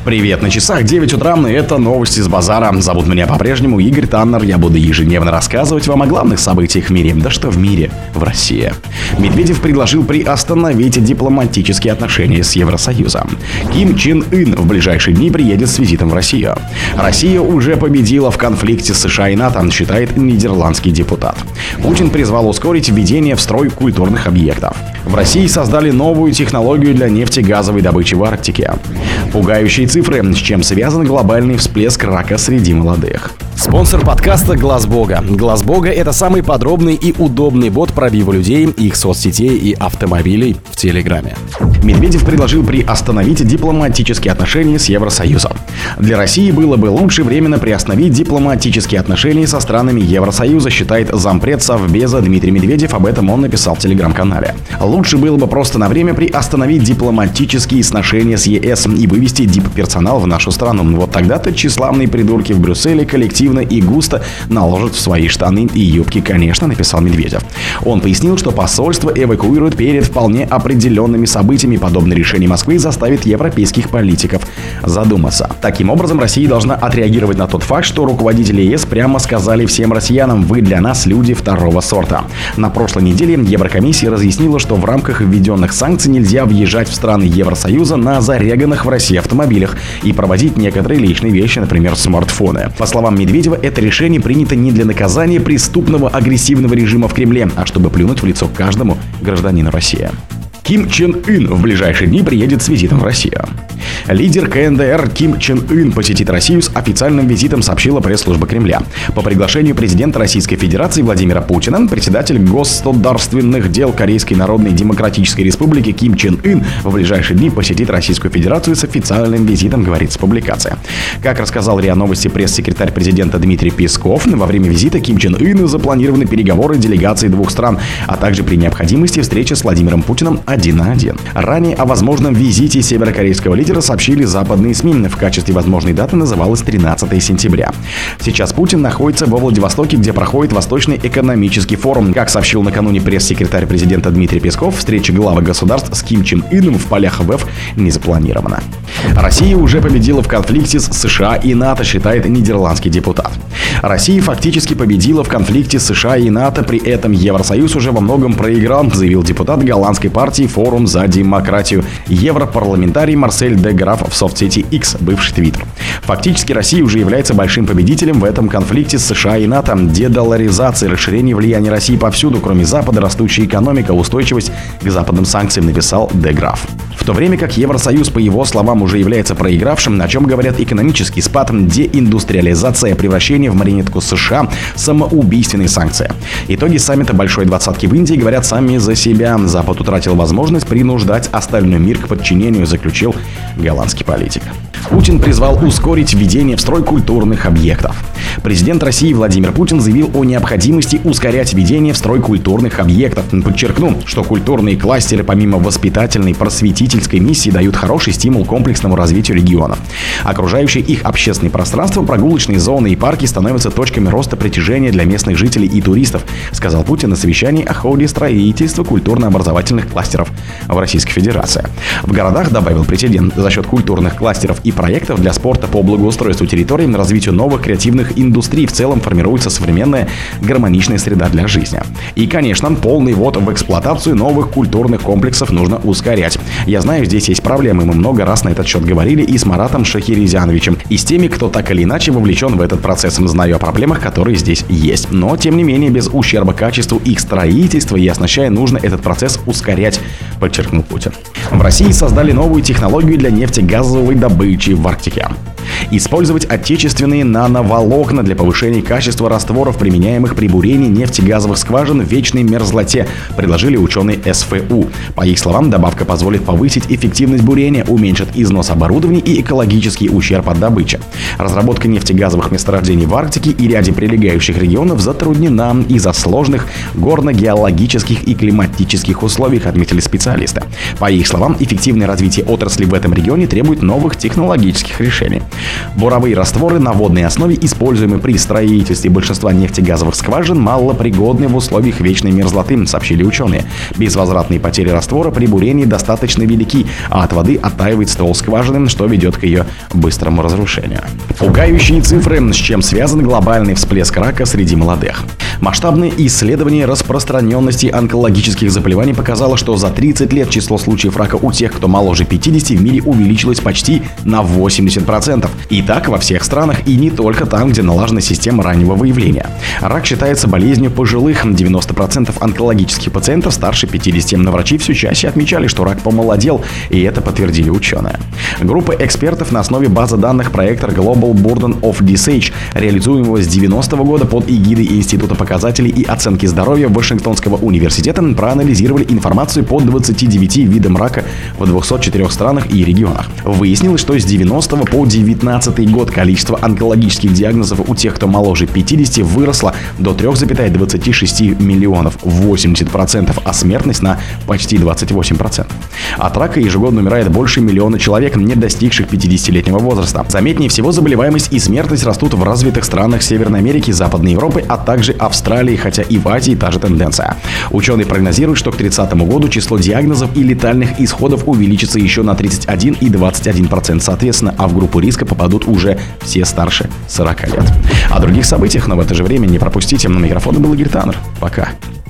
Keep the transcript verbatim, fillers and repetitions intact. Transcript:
Привет, на часах девять утра, и это новости с базара. Зовут меня по-прежнему Игорь Таннер. Я буду ежедневно рассказывать вам о главных событиях в мире. Да что в мире, в России. Медведев предложил приостановить дипломатические отношения с Евросоюзом. Ким Чен Ын в ближайшие дни приедет с визитом в Россию. Россия уже победила в конфликте с США и НАТО, считает нидерландский депутат. Путин призвал ускорить введение в строй культурных объектов. В России создали новую технологию для нефтегазовой добычи в Арктике. Пугающие цифры, с чем связан глобальный всплеск рака среди молодых. Спонсор подкаста Глаз Бога. Глаз Бога — это самый подробный и удобный бот пробива людей, их соцсетей и автомобилей в Телеграме. Медведев предложил приостановить дипломатические отношения с Евросоюзом. Для России было бы лучше временно приостановить дипломатические отношения со странами Евросоюза, считает зампред Совбеза Дмитрий Медведев. Об этом он написал в Телеграм-канале. Лучше было бы просто на время приостановить дипломатические сношения с ЕС и вывести дип-персонал в нашу страну. Вот тогда-то тщеславные придурки в Брюсселе коллективно и густо наложат в свои штаны и юбки, конечно, написал Медведев. Он пояснил, что посольство эвакуирует перед вполне определенными событиями. Подобное решение Москвы заставит европейских политиков задуматься. Таким образом, Россия должна отреагировать на тот факт, что руководители ЕС прямо сказали всем россиянам: вы для нас люди второго сорта. На прошлой неделе Еврокомиссия разъяснила, что в рамках введенных санкций нельзя въезжать в страны Евросоюза на зареганных в России автомобилях и проводить некоторые личные вещи, например, смартфоны. По словам Медведева, это решение принято не для наказания преступного агрессивного режима в Кремле, а чтобы плюнуть в лицо каждому гражданину России. Ким Чен Ын в ближайшие дни приедет с визитом в Россию. Лидер ка эн дэ эр Ким Чен Ын посетит Россию с официальным визитом, сообщила пресс-служба Кремля. По приглашению президента Российской Федерации Владимира Путина, председатель Государственных дел Корейской Народной Демократической Республики Ким Чен Ын в ближайшие дни посетит Российскую Федерацию с официальным визитом, говорится публикация. Как рассказал РИА Новости пресс-секретарь президента Дмитрий Песков, во время визита Ким Чен Ына запланированы переговоры делегаций двух стран, а также при необходимости встреча с Владимиром Путиным один на один. Ранее о возможном визите северокорейского лидера сообщили западные СМИ. В качестве возможной даты называлось тринадцатое сентября. Сейчас Путин находится во Владивостоке, где проходит Восточный экономический форум. Как сообщил накануне пресс-секретарь президента Дмитрий Песков, встреча главы государств с Ким Чен Ыном в полях ВЭФ не запланирована. Россия уже победила в конфликте с США и НАТО, считает нидерландский депутат. Россия фактически победила в конфликте с США и НАТО, при этом Евросоюз уже во многом проиграл, заявил депутат голландской партии «Форум за демократию» европарламентарий Марсель де Граф в соцсети X, бывший Твиттер. Фактически Россия уже является большим победителем в этом конфликте с США и НАТО. Дедоларизация, расширение влияния России повсюду, кроме Запада, растущая экономика, устойчивость к западным санкциям, написал де Граф. В то время как Евросоюз, по его словам, уже является проигравшим, о чем говорят экономический спад, деиндустриализация, превращение в марионетку США, самоубийственные санкции. Итоги саммита Большой двадцатки в Индии говорят сами за себя. Запад утратил возможность принуждать остальной мир к подчинению, заключил голландский политик. Путин призвал ускорить введение в строй культурных объектов. Президент России Владимир Путин заявил о необходимости ускорять введение в строй культурных объектов. Подчеркнул, что культурные кластеры помимо воспитательной просветительской миссии дают хороший стимул комплексному развитию регионов. Окружающие их общественные пространства, прогулочные зоны и парки становятся точками роста притяжения для местных жителей и туристов, сказал Путин на совещании о ходе строительства культурно-образовательных кластеров в Российской Федерации. В городах, добавил президент, за счет культурных кластеров и проектов для спорта по благоустройству территорий, развитию новых креативных индустрий в целом формируется современная гармоничная среда для жизни. И, конечно, полный ввод в эксплуатацию новых культурных комплексов нужно ускорять. Я знаю, здесь есть проблемы, мы много раз на этот счет говорили и с Маратом Шахерезяновичем, и с теми, кто так или иначе вовлечен в этот процесс. Знаю о проблемах, которые здесь есть. Но, тем не менее, без ущерба качеству их строительства и оснащая нужно этот процесс ускорять, подчеркнул Путин. В России создали новую технологию для нефтегазовой добычи в Арктике. Использовать отечественные нановолокна для повышения качества растворов, применяемых при бурении нефтегазовых скважин в вечной мерзлоте, предложили ученые эс эф у. По их словам, добавка позволит повысить эффективность бурения, уменьшит износ оборудования и экологический ущерб от добычи. Разработка нефтегазовых месторождений в Арктике и ряде прилегающих регионов затруднена из-за сложных горно-геологических и климатических условий, отметили специалисты. По их словам, эффективное развитие отрасли в этом регионе требует новых технологических решений. Буровые растворы на водной основе, используемые при строительстве большинства нефтегазовых скважин, малопригодны в условиях вечной мерзлоты, сообщили ученые. Безвозвратные потери раствора при бурении достаточно велики, а от воды оттаивает ствол скважины, что ведет к ее быстрому разрушению. Пугающие цифры, с чем связан глобальный всплеск рака среди молодых. Масштабное исследование распространенности онкологических заболеваний показало, что за тридцать лет число случаев рака у тех, кто моложе пятидесяти, в мире увеличилось почти на восемьдесят процентов. И так во всех странах, и не только там, где налажена система раннего выявления. Рак считается болезнью пожилых. девяносто процентов онкологических пациентов старше пятидесяти. Но врачи все чаще отмечали, что рак помолодел, и это подтвердили ученые. Группа экспертов на основе базы данных проекта Global Burden of Disease, реализуемого с девяностого года под эгидой Института показателей и оценки здоровья Вашингтонского университета, проанализировали информацию по двадцати девяти видам рака в двухстах четырёх странах и регионах. Выяснилось, что с девяностого по девятнадцатый год количество онкологических диагнозов у тех, кто моложе пятидесяти, выросло до трёх целых двадцати шести миллионов, восемьдесят процентов, а смертность на почти двадцать восемь процентов. От рака ежегодно умирает больше миллиона человек, не достигших пятидесятилетнего возраста. Заметнее всего, заболеваемость и смертность растут в развитых странах Северной Америки, Западной Европы, а также Австралии, хотя и в Азии та же тенденция. Ученые прогнозируют, что к тридцатому году число диагнозов и летальных исходов увеличится еще на тридцать один и двадцать один процент соответственно, а в группу риска попадут уже все старше сорока лет. О других событиях, но в это же время не пропустите. На микрофоне был Игорь Таннер. Пока.